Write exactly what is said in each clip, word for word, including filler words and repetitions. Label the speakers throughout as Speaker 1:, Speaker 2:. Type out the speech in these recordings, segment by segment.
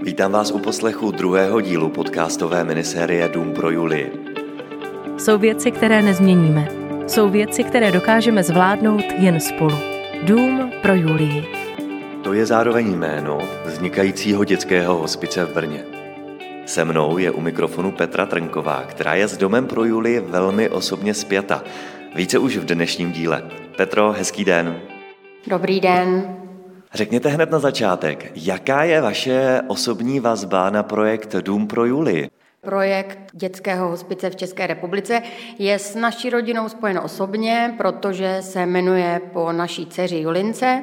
Speaker 1: Vítám vás u poslechu druhého dílu podcastové minisérie Dům pro Julii.
Speaker 2: Jsou věci, které nezměníme. Jsou věci, které dokážeme zvládnout jen spolu. Dům pro Julii.
Speaker 1: To je zároveň jméno vznikajícího dětského hospice v Brně. Se mnou je u mikrofonu Petra Trnková, která je s Domem pro Julii velmi osobně spjata. Více už v dnešním díle. Petro, hezký den.
Speaker 3: Dobrý den.
Speaker 1: Řekněte hned na začátek, jaká je vaše osobní vazba na projekt Dům pro Julii?
Speaker 3: Projekt dětského hospice v České republice je s naší rodinou spojen osobně, protože se jmenuje po naší dceři Julince,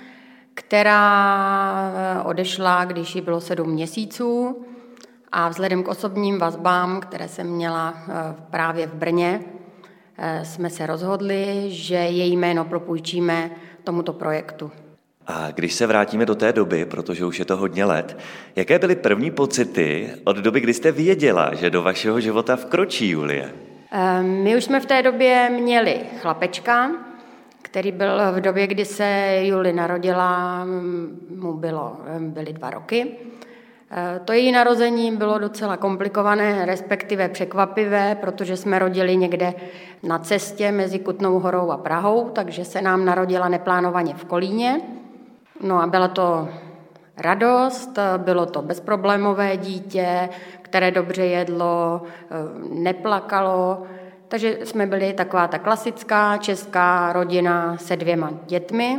Speaker 3: která odešla, když jí bylo sedm měsíců. A vzhledem k osobním vazbám, které jsem měla právě v Brně, jsme se rozhodli, že její jméno propůjčíme tomuto projektu.
Speaker 1: A když se vrátíme do té doby, protože už je to hodně let, jaké byly první pocity od doby, kdy jste věděla, že do vašeho života vkročí Julie?
Speaker 3: My už jsme v té době měli chlapečka, který byl v době, kdy se Juli narodila, mu bylo, byly dva roky. To její narození bylo docela komplikované, respektive překvapivé, protože jsme rodili někde na cestě mezi Kutnou Horou a Prahou, takže se nám narodila neplánovaně v Kolíně. No a byla to radost, bylo to bezproblémové dítě, které dobře jedlo, neplakalo, takže jsme byli taková ta klasická česká rodina se dvěma dětmi.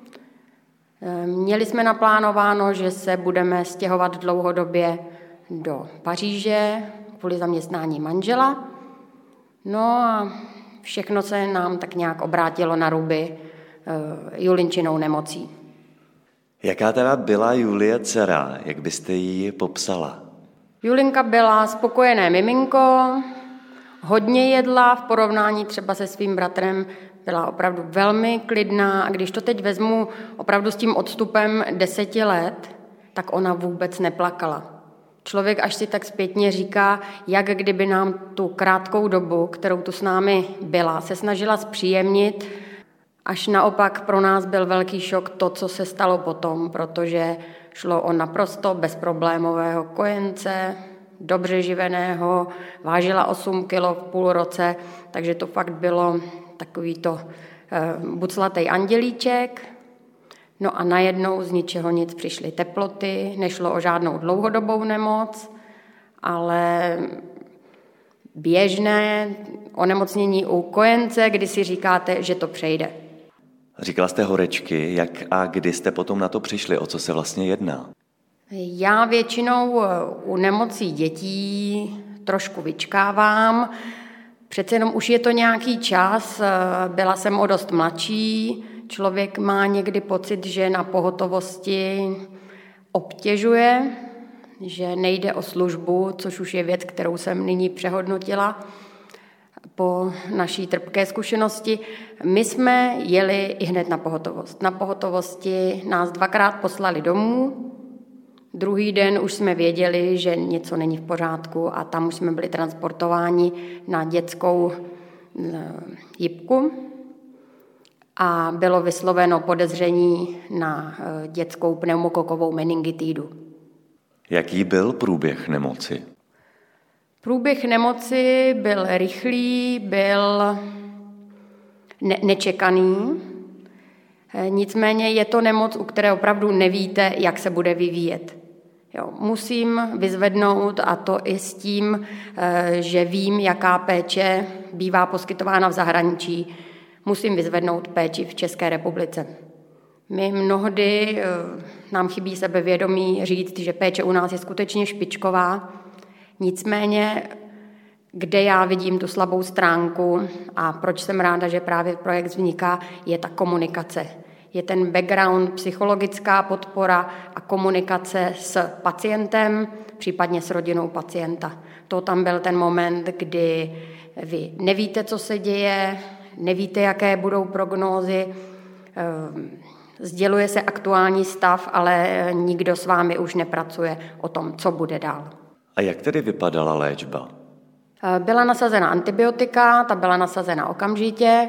Speaker 3: Měli jsme naplánováno, že se budeme stěhovat dlouhodobě do Paříže kvůli zaměstnání manžela. No a všechno se nám tak nějak obrátilo na ruby Julinčinou nemocí.
Speaker 1: Jaká teda byla Julie dcera, jak byste ji popsala?
Speaker 3: Julinka byla spokojené miminko, hodně jedla v porovnání třeba se svým bratrem, byla opravdu velmi klidná a když to teď vezmu opravdu s tím odstupem deseti let, tak ona vůbec neplakala. Člověk až si tak zpětně říká, jak kdyby nám tu krátkou dobu, kterou tu s námi byla, se snažila zpříjemnit, až naopak pro nás byl velký šok to, co se stalo potom, protože šlo o naprosto bezproblémového kojence, dobře živeného, vážila osm kilo v půl roce, takže to fakt bylo takový to eh, buclatej andělíček. No a najednou z ničeho nic přišly teploty, nešlo o žádnou dlouhodobou nemoc, ale běžné onemocnění u kojence, kdy si říkáte, že to přejde.
Speaker 1: Říkala jste horečky, jak a kdy jste potom na to přišli, o co se vlastně jedná?
Speaker 3: Já většinou u nemocí dětí trošku vyčkávám, přece jenom už je to nějaký čas, byla jsem o dost mladší, člověk má někdy pocit, že na pohotovosti obtěžuje, že nejde o službu, což už je věc, kterou jsem nyní přehodnotila po naší trpké zkušenosti. My jsme jeli i hned na pohotovost. Na pohotovosti nás dvakrát poslali domů, druhý den už jsme věděli, že něco není v pořádku a tam už jsme byli transportováni na dětskou jipku a bylo vysloveno podezření na dětskou pneumokokovou meningitidu.
Speaker 1: Jaký byl průběh nemoci?
Speaker 3: Průběh nemoci byl rychlý, byl ne- nečekaný, nicméně je to nemoc, u které opravdu nevíte, jak se bude vyvíjet. Jo, musím vyzvednout, a to i s tím, že vím, jaká péče bývá poskytována v zahraničí, musím vyzvednout péči v České republice. My mnohdy nám chybí sebevědomí říct, že péče u nás je skutečně špičková, nicméně, kde já vidím tu slabou stránku a proč jsem ráda, že právě projekt vzniká, je ta komunikace. Je ten background, psychologická podpora a komunikace s pacientem, případně s rodinou pacienta. To tam byl ten moment, kdy vy nevíte, co se děje, nevíte, jaké budou prognózy, sděluje se aktuální stav, ale nikdo s vámi už nepracuje o tom, co bude dál.
Speaker 1: A jak tedy vypadala léčba?
Speaker 3: Byla nasazena antibiotika, ta byla nasazena okamžitě,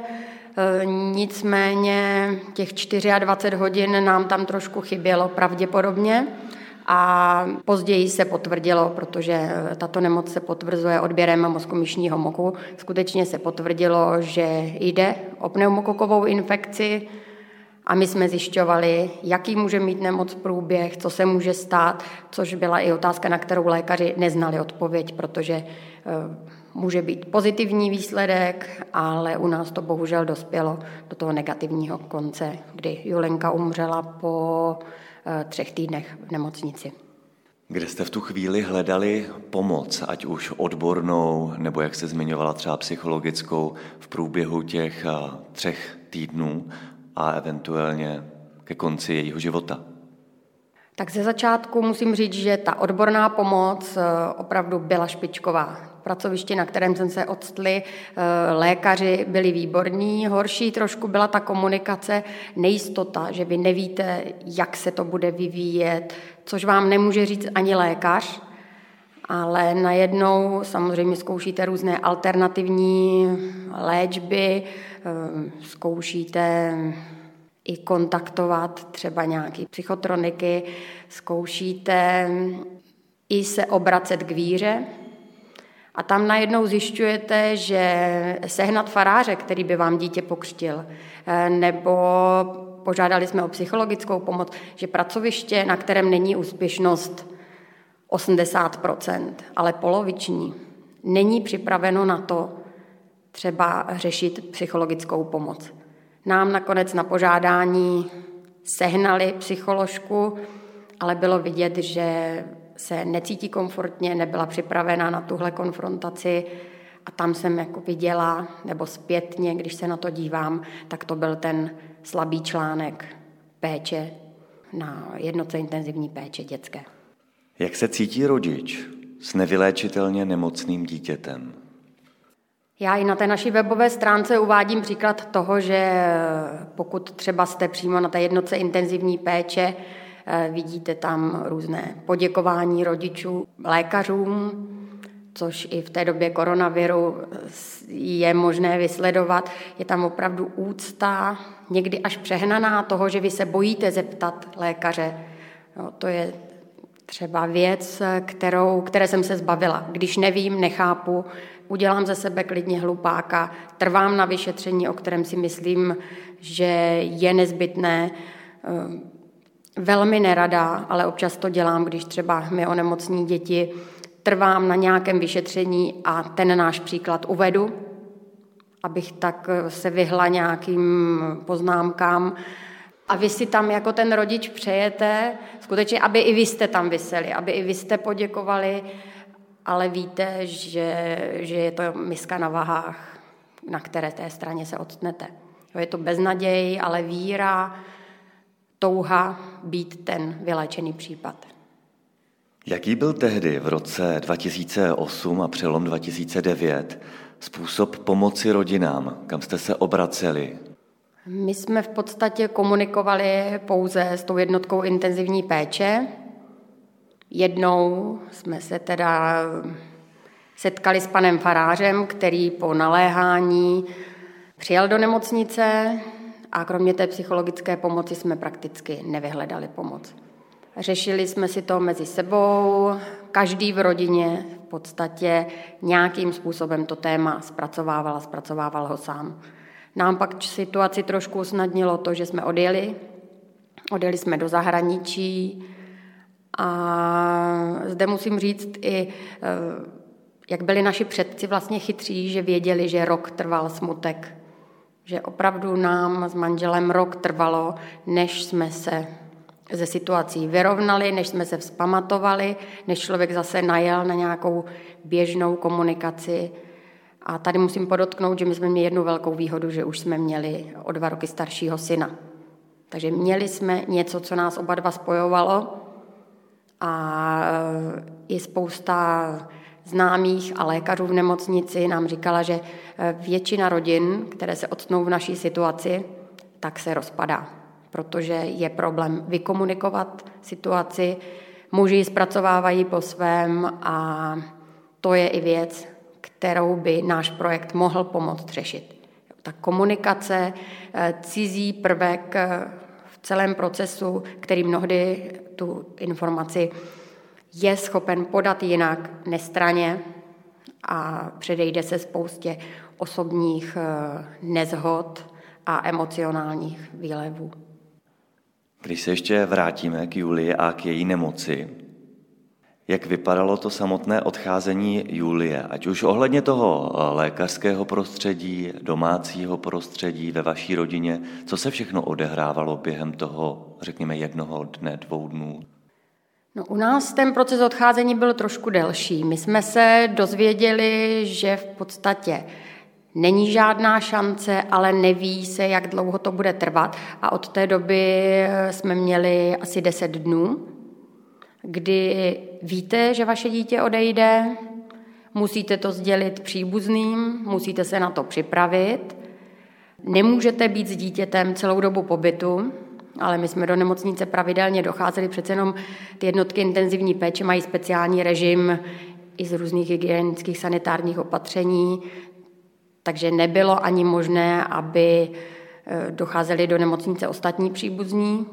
Speaker 3: nicméně těch dvacet čtyři hodin nám tam trošku chybělo pravděpodobně a později se potvrdilo, protože tato nemoc se potvrzuje odběrem mozkomyšního moku, skutečně se potvrdilo, že jde o pneumokokovou infekci a my jsme zjišťovali, jaký může mít nemoc průběh, co se může stát, což byla i otázka, na kterou lékaři neznali odpověď, protože může být pozitivní výsledek, ale u nás to bohužel dospělo do toho negativního konce, kdy Julenka umřela po třech týdnech v nemocnici.
Speaker 1: Kde jste v tu chvíli hledali pomoc, ať už odbornou, nebo jak se zmiňovala třeba psychologickou v průběhu těch třech týdnů a eventuálně ke konci jejího života?
Speaker 3: Tak ze začátku musím říct, že ta odborná pomoc opravdu byla špičková. Pracoviště, na kterém jsem se odstli, lékaři byli výborní, horší trošku byla ta komunikace, nejistota, že vy nevíte, jak se to bude vyvíjet, což vám nemůže říct ani lékař, ale najednou samozřejmě zkoušíte různé alternativní léčby, zkoušíte i kontaktovat třeba nějaké psychotroniky, zkoušíte i se obracet k víře a tam najednou zjišťujete, že sehnat faráře, který by vám dítě pokřtil, nebo požádali jsme o psychologickou pomoc, že pracoviště, na kterém není úspěšnost osmdesát procent, ale poloviční, není připraveno na to třeba řešit psychologickou pomoc. Nám nakonec na požádání sehnali psycholožku, ale bylo vidět, že se necítí komfortně, nebyla připravena na tuhle konfrontaci a tam jsem jako viděla, nebo zpětně, když se na to dívám, tak to byl ten slabý článek péče na jednotce intenzivní péče dětské.
Speaker 1: Jak se cítí rodič s nevyléčitelně nemocným dítětem?
Speaker 3: Já i na té naší webové stránce uvádím příklad toho, že pokud třeba jste přímo na té jednotce intenzivní péče, vidíte tam různé poděkování rodičů, lékařům, což i v té době koronaviru je možné vysledovat. Je tam opravdu úcta, někdy až přehnaná toho, že vy se bojíte zeptat lékaře. No, to je třeba věc, kterou, které jsem se zbavila. Když nevím, nechápu, udělám ze sebe klidně hlupáka, trvám na vyšetření, o kterém si myslím, že je nezbytné. Velmi nerada, ale občas to dělám, když třeba mi onemocní děti, trvám na nějakém vyšetření a ten náš příklad uvedu, abych tak se vyhla nějakým poznámkám. A vy si tam jako ten rodič přejete, skutečně, aby i vy jste tam viseli, aby i vy jste poděkovali, ale víte, že, že je to miska na vahách, na které té straně se odstnete. Je to beznaděj, ale víra, touha být ten vyléčený případ.
Speaker 1: Jaký byl tehdy v roce dva tisíce osm a přelom dva tisíce devět způsob pomoci rodinám, kam jste se obraceli?
Speaker 3: My jsme v podstatě komunikovali pouze s tou jednotkou intenzivní péče. Jednou jsme se teda setkali s panem farářem, který po naléhání přijel do nemocnice a kromě té psychologické pomoci jsme prakticky nevyhledali pomoc. Řešili jsme si to mezi sebou, každý v rodině v podstatě nějakým způsobem to téma zpracovával a zpracovával ho sám. Nám pak situaci trošku usnadnilo to, že jsme odjeli, odjeli jsme do zahraničí a zde musím říct i, jak byli naši předci vlastně chytří, že věděli, že rok trval smutek, že opravdu nám s manželem rok trvalo, než jsme se ze situací vyrovnali, než jsme se vzpamatovali, než člověk zase najel na nějakou běžnou komunikaci. A tady musím podotknout, že my jsme měli jednu velkou výhodu, že už jsme měli o dva roky staršího syna. Takže měli jsme něco, co nás oba dva spojovalo a i spousta známých a lékařů v nemocnici nám říkala, že většina rodin, které se octnou v naší situaci, tak se rozpadá, protože je problém vykomunikovat situaci, muži ji zpracovávají po svém a to je i věc, kterou by náš projekt mohl pomoct řešit. Ta komunikace, cizí prvek v celém procesu, který mnohdy tu informaci je schopen podat jinak, nestranně a předejde se spoustě osobních nezhod a emocionálních výlevů.
Speaker 1: Když se ještě vrátíme k Julii a k její nemoci, jak vypadalo to samotné odcházení Julie, ať už ohledně toho lékařského prostředí, domácího prostředí ve vaší rodině, co se všechno odehrávalo během toho, řekněme, jednoho dne, dvou dnů?
Speaker 3: No, u nás ten proces odcházení byl trošku delší. My jsme se dozvěděli, že v podstatě není žádná šance, ale neví se, jak dlouho to bude trvat. A od té doby jsme měli asi deset dnů, kdy víte, že vaše dítě odejde, musíte to sdělit příbuzným, musíte se na to připravit. Nemůžete být s dítětem celou dobu pobytu, ale my jsme do nemocnice pravidelně docházeli, přece jenom ty jednotky intenzivní péče mají speciální režim i z různých hygienických sanitárních opatření, takže nebylo ani možné, aby docházeli do nemocnice ostatní příbuzní.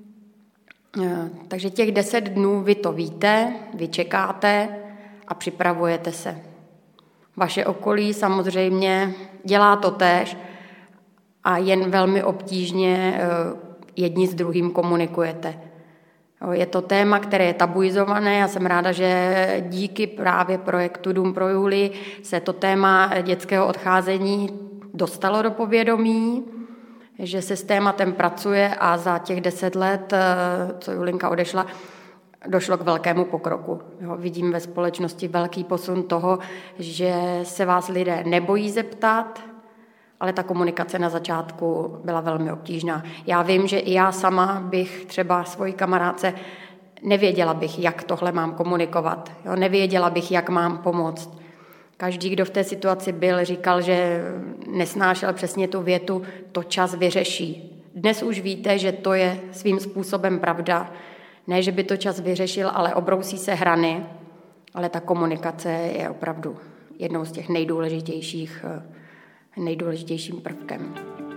Speaker 3: Takže těch deset dnů vy to víte, vy čekáte a připravujete se. Vaše okolí samozřejmě dělá to též a jen velmi obtížně jedni s druhým komunikujete. Je to téma, které je tabuizované. Já jsem ráda, že díky právě projektu Dům pro Julii se to téma dětského odcházení dostalo do povědomí, že se s tématem pracuje a za těch deset let, co Julinka odešla, došlo k velkému pokroku. Jo, vidím ve společnosti velký posun toho, že se vás lidé nebojí zeptat, ale ta komunikace na začátku byla velmi obtížná. Já vím, že i já sama bych třeba svojí kamarádce nevěděla bych, jak tohle mám komunikovat. Jo, nevěděla bych, jak mám pomoct. Každý, kdo v té situaci byl, říkal, že nesnášel přesně tu větu, to čas vyřeší. Dnes už víte, že to je svým způsobem pravda. Ne, že by to čas vyřešil, ale obrousí se hrany. Ale ta komunikace je opravdu jednou z těch nejdůležitějších, nejdůležitějším prvkem.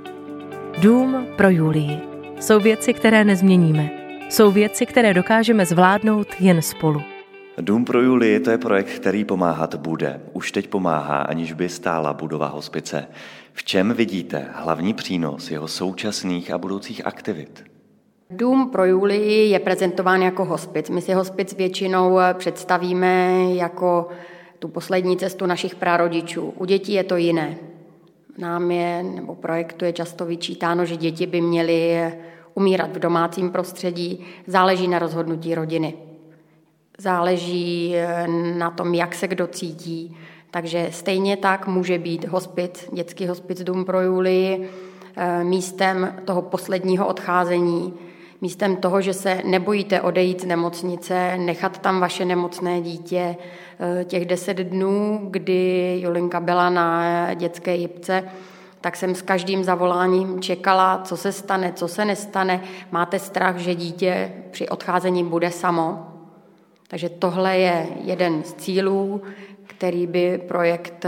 Speaker 2: Dům pro Julii. Jsou věci, které nezměníme. Jsou věci, které dokážeme zvládnout jen spolu.
Speaker 1: Dům pro Julii, to je projekt, který pomáhat bude. Už teď pomáhá, aniž by stála budova hospice. V čem vidíte hlavní přínos jeho současných a budoucích aktivit?
Speaker 3: Dům pro Julii je prezentován jako hospic. My si hospic většinou představíme jako tu poslední cestu našich prarodičů. U dětí je to jiné. Nám je, nebo projektu je často vyčítáno, že děti by měly umírat v domácím prostředí. Záleží na rozhodnutí rodiny. Záleží na tom, jak se kdo cítí. Takže stejně tak může být hospic, dětský hospic Dům pro Julii, místem toho posledního odcházení, místem toho, že se nebojíte odejít z nemocnice, nechat tam vaše nemocné dítě. Těch deset dnů, kdy Julinka byla na dětské jipce, tak jsem s každým zavoláním čekala, co se stane, co se nestane. Máte strach, že dítě při odcházení bude samo. Takže tohle je jeden z cílů, který by projekt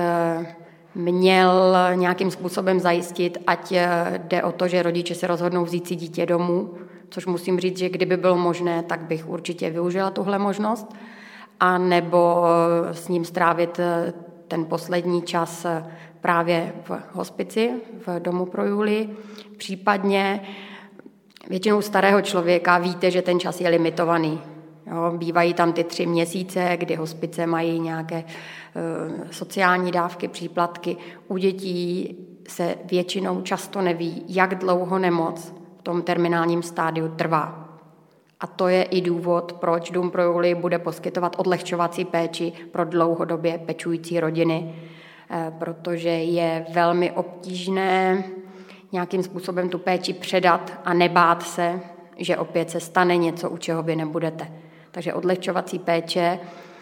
Speaker 3: měl nějakým způsobem zajistit, ať jde o to, že rodiče se rozhodnou vzít si dítě domů, což musím říct, že kdyby bylo možné, tak bych určitě využila tuhle možnost, a nebo s ním strávit ten poslední čas právě v hospici, v Domu pro Julii. Případně většinou starého člověka víte, že ten čas je limitovaný. Jo, bývají tam ty tři měsíce, kdy hospice mají nějaké e, sociální dávky, příplatky. U dětí se většinou často neví, jak dlouho nemoc v tom terminálním stádiu trvá. A to je i důvod, proč Dům pro Julii bude poskytovat odlehčovací péči pro dlouhodobě pečující rodiny, e, protože je velmi obtížné nějakým způsobem tu péči předat a nebát se, že opět se stane něco, u čeho vy nebudete. Takže odlehčovací péče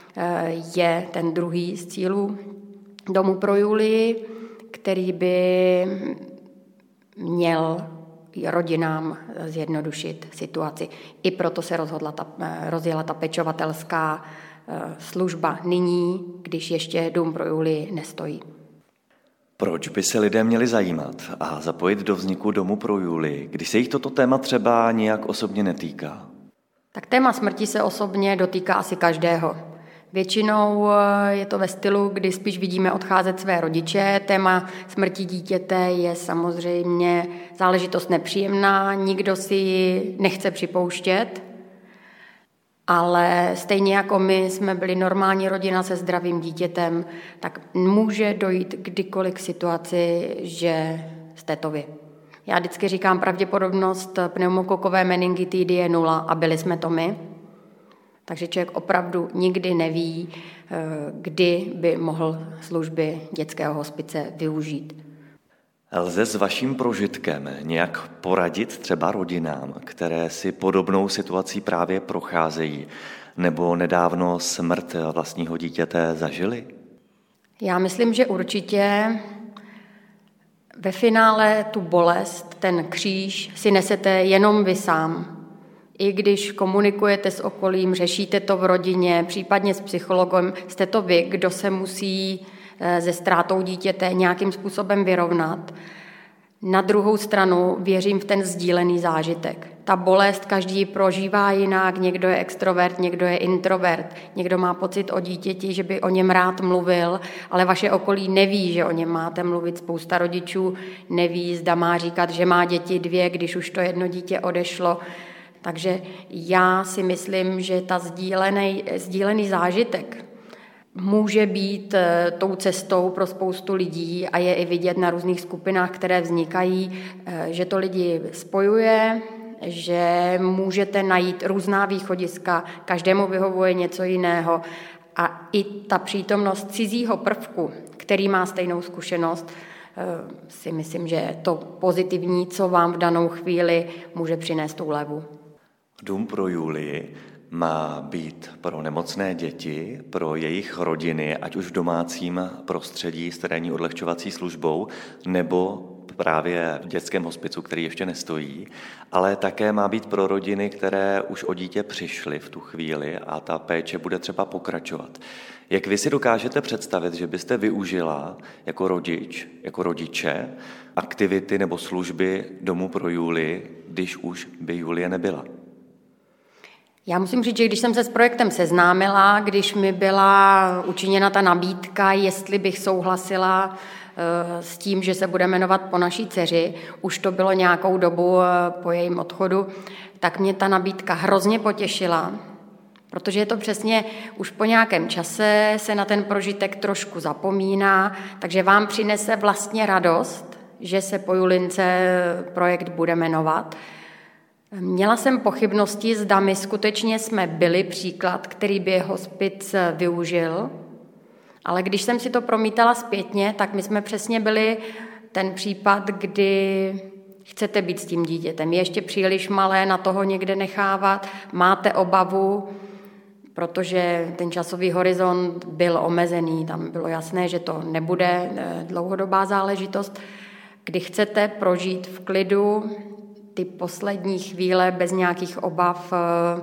Speaker 3: je ten druhý z cílů Domu pro Julii, který by měl rodinám zjednodušit situaci. I proto se rozhodla ta, rozjela ta
Speaker 1: Proč by se lidé měli zajímat a zapojit do vzniku Domu pro Julii, když se jich toto téma třeba nijak osobně netýká?
Speaker 3: Tak téma smrti se osobně dotýká asi každého. Většinou je to ve stylu, kdy spíš vidíme odcházet své rodiče. Téma smrti dítěte je samozřejmě záležitost nepříjemná, nikdo si ji nechce připouštět, ale stejně jako my jsme byli normální rodina se zdravým dítětem, tak může dojít kdykoliv k situaci, že jste to vy. Já vždycky říkám, pravděpodobnost pneumokokové meningitidy je nula a byli jsme to my. Takže člověk opravdu nikdy neví, kdy by mohl služby dětského hospice využít.
Speaker 1: Lze s vaším prožitkem nějak poradit třeba rodinám, které si podobnou situací právě procházejí, nebo nedávno smrt vlastního dítěte zažili?
Speaker 3: Já myslím, že určitě. Ve finále tu bolest, ten kříž si nesete jenom vy sám. I když komunikujete s okolím, řešíte to v rodině, případně s psychologem, jste to vy, kdo se musí se ztrátou dítěte nějakým způsobem vyrovnat. Na druhou stranu věřím v ten sdílený zážitek. Ta bolest každý prožívá jinak, někdo je extrovert, někdo je introvert, někdo má pocit o dítěti, že by o něm rád mluvil, ale vaše okolí neví, že o něm máte mluvit. Spousta rodičů neví, zda má říkat, že má děti dvě, když už to jedno dítě odešlo. Takže já si myslím, že ta sdílený, sdílený zážitek může být tou cestou pro spoustu lidí a je i vidět na různých skupinách, které vznikají, že to lidi spojuje, že můžete najít různá východiska, každému vyhovuje něco jiného a i ta přítomnost cizího prvku, který má stejnou zkušenost, si myslím, že je to pozitivní, co vám v danou chvíli může přinést tu úlevu.
Speaker 1: Dům pro Julii má být pro nemocné děti, pro jejich rodiny, ať už v domácím prostředí s terénní odlehčovací službou, nebo právě v dětském hospicu, který ještě nestojí, ale také má být pro rodiny, které už o dítě přišly v tu chvíli a ta péče bude třeba pokračovat. Jak vy si dokážete představit, že byste využila jako rodič, jako rodiče, aktivity nebo služby Domu pro Julii, když už by Julie nebyla?
Speaker 3: Já musím říct, že když jsem se s projektem seznámila, když mi byla učiněna ta nabídka, jestli bych souhlasila s tím, že se bude jmenovat po naší dceři, už to bylo nějakou dobu po jejím odchodu, tak mě ta nabídka hrozně potěšila, protože je to přesně už po nějakém čase se na ten prožitek trošku zapomíná, takže vám přinese vlastně radost, že se po Julince projekt bude jmenovat. Měla jsem pochybnosti, zda my skutečně jsme byli příklad, který by hospic využil, ale když jsem si to promítala zpětně, tak my jsme přesně byli ten případ, kdy chcete být s tím dítětem. Je ještě příliš malé na toho někde nechávat, máte obavu, protože ten časový horizont byl omezený, tam bylo jasné, že to nebude dlouhodobá záležitost, kdy chcete prožít v klidu ty poslední chvíle bez nějakých obav,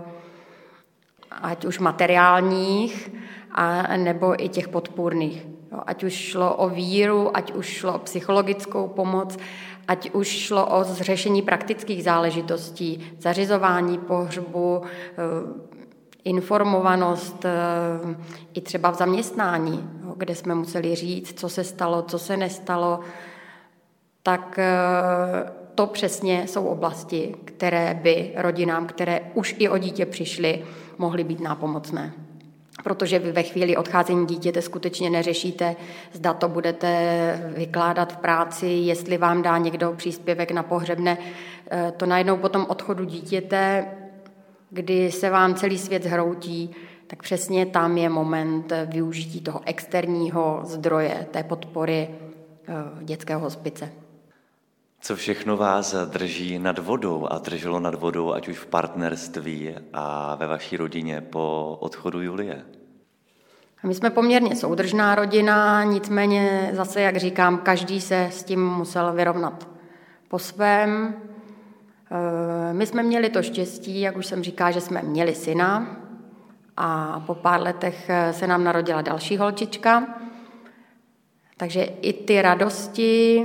Speaker 3: ať už materiálních, a nebo i těch podpůrných. Ať už šlo o víru, ať už šlo o psychologickou pomoc, ať už šlo o řešení praktických záležitostí, zařizování pohřbu, informovanost i třeba v zaměstnání, kde jsme museli říct, co se stalo, co se nestalo, tak to přesně jsou oblasti, které by rodinám, které už i o dítě přišly, mohly být nápomocné. Protože vy ve chvíli odcházení dítěte skutečně neřešíte, zda to budete vykládat v práci, jestli vám dá někdo příspěvek na pohřebné. To najednou po tom odchodu dítěte, kdy se vám celý svět zhroutí, tak přesně tam je moment využití toho externího zdroje, té podpory dětského hospice.
Speaker 1: Co všechno vás drží nad vodou a drželo nad vodou, ať už v partnerství a ve vaší rodině po odchodu Julie?
Speaker 3: My jsme poměrně soudržná rodina, nicméně zase, jak říkám, každý se s tím musel vyrovnat po svém. My jsme měli to štěstí, jak už jsem říkala, že jsme měli syna a po pár letech se nám narodila další holčička. Takže i ty radosti,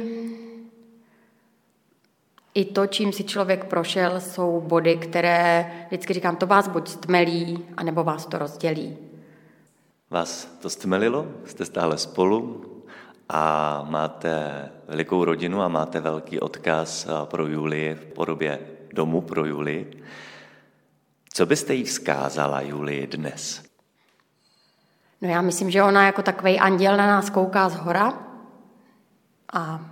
Speaker 3: i to, čím si člověk prošel, jsou body, které vždycky říkám, to vás buď stmelí, anebo vás to rozdělí.
Speaker 1: Vás to stmelilo? Jste stále spolu a máte velikou rodinu a máte velký odkaz pro Julii v podobě domu pro Julii. Co byste jí vzkázala Julii dnes?
Speaker 3: No já myslím, že ona jako takovej anděl na nás kouká zhora a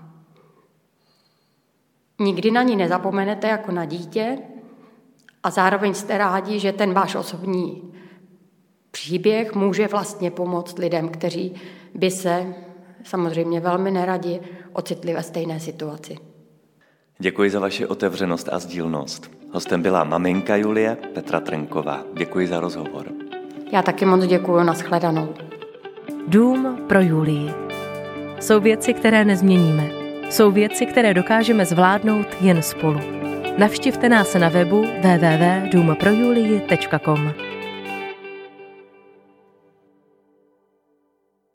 Speaker 3: nikdy na ní nezapomenete jako na dítě a zároveň jste rádi, že ten váš osobní příběh může vlastně pomoct lidem, kteří by se samozřejmě velmi neradi ocitli ve stejné situaci.
Speaker 1: Děkuji za vaši otevřenost a sdílnost. Hostem byla maminka Julie, Petra Trnková. Děkuji za rozhovor.
Speaker 3: Já taky moc děkuji, nashledanou.
Speaker 2: Dům pro Julii. Jsou věci, které nezměníme. Jsou věci, které dokážeme zvládnout jen spolu. Navštivte nás na webu w w w tečka dům pro julii tečka com.